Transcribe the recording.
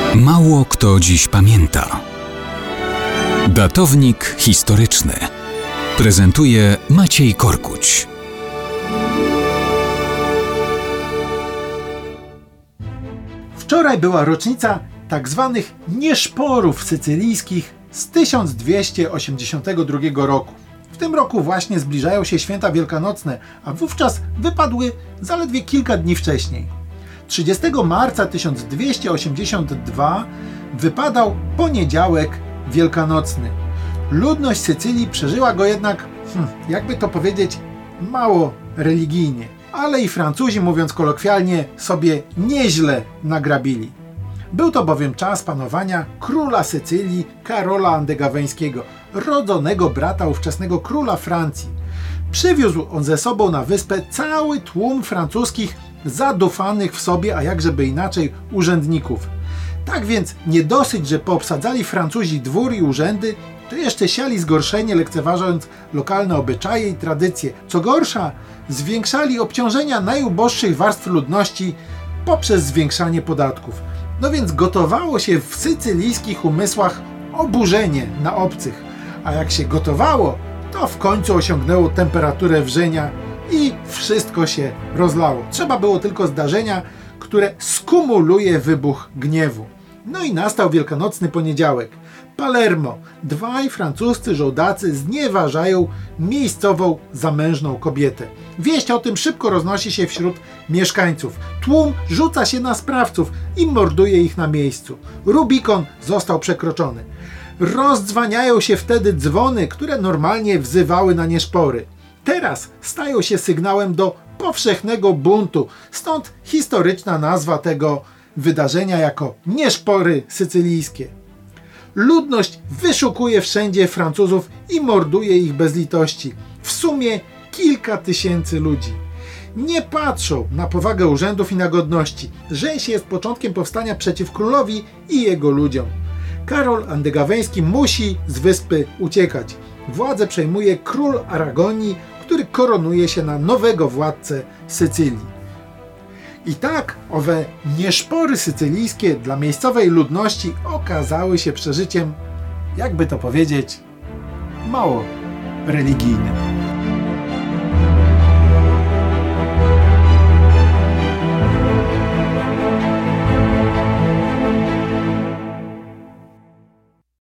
Mało kto dziś pamięta. Datownik historyczny prezentuje Maciej Korkuć. Wczoraj była rocznica tzw. nieszporów sycylijskich z 1282 roku. W tym roku właśnie zbliżają się święta wielkanocne, a wówczas wypadły zaledwie kilka dni wcześniej. 30 marca 1282 wypadał poniedziałek wielkanocny. Ludność Sycylii przeżyła go jednak, jakby to powiedzieć, mało religijnie. Ale i Francuzi, mówiąc kolokwialnie, sobie nieźle nagrabili. Był to bowiem czas panowania króla Sycylii Karola Andegaweńskiego, rodzonego brata ówczesnego króla Francji. Przywiózł on ze sobą na wyspę cały tłum francuskich zadufanych w sobie, a jakżeby inaczej, urzędników. Tak więc nie dosyć, że poobsadzali Francuzi dwór i urzędy, to jeszcze siali zgorszenie, lekceważąc lokalne obyczaje i tradycje. Co gorsza, zwiększali obciążenia najuboższych warstw ludności poprzez zwiększanie podatków. No więc gotowało się w sycylijskich umysłach oburzenie na obcych, a jak się gotowało, to w końcu osiągnęło temperaturę wrzenia i wszystko się rozlało. Trzeba było tylko zdarzenia, które skumuluje wybuch gniewu. No i nastał wielkanocny poniedziałek. Palermo. Dwaj francuscy żołdacy znieważają miejscową zamężną kobietę. Wieść o tym szybko roznosi się wśród mieszkańców. Tłum rzuca się na sprawców i morduje ich na miejscu. Rubikon został przekroczony. Rozdzwaniają się wtedy dzwony, które normalnie wzywały na nieszpory. Teraz stają się sygnałem do powszechnego buntu, stąd historyczna nazwa tego wydarzenia jako nieszpory sycylijskie. Ludność wyszukuje wszędzie Francuzów i morduje ich bez litości. W sumie kilka tysięcy ludzi. Nie patrzą na powagę urzędów i na godności. Rzeź jest początkiem powstania przeciw królowi i jego ludziom. Karol Andegaweński musi z wyspy uciekać. Władzę przejmuje król Aragonii, który koronuje się na nowego władcę Sycylii. I tak owe nieszpory sycylijskie dla miejscowej ludności okazały się przeżyciem, jakby to powiedzieć, mało religijnym.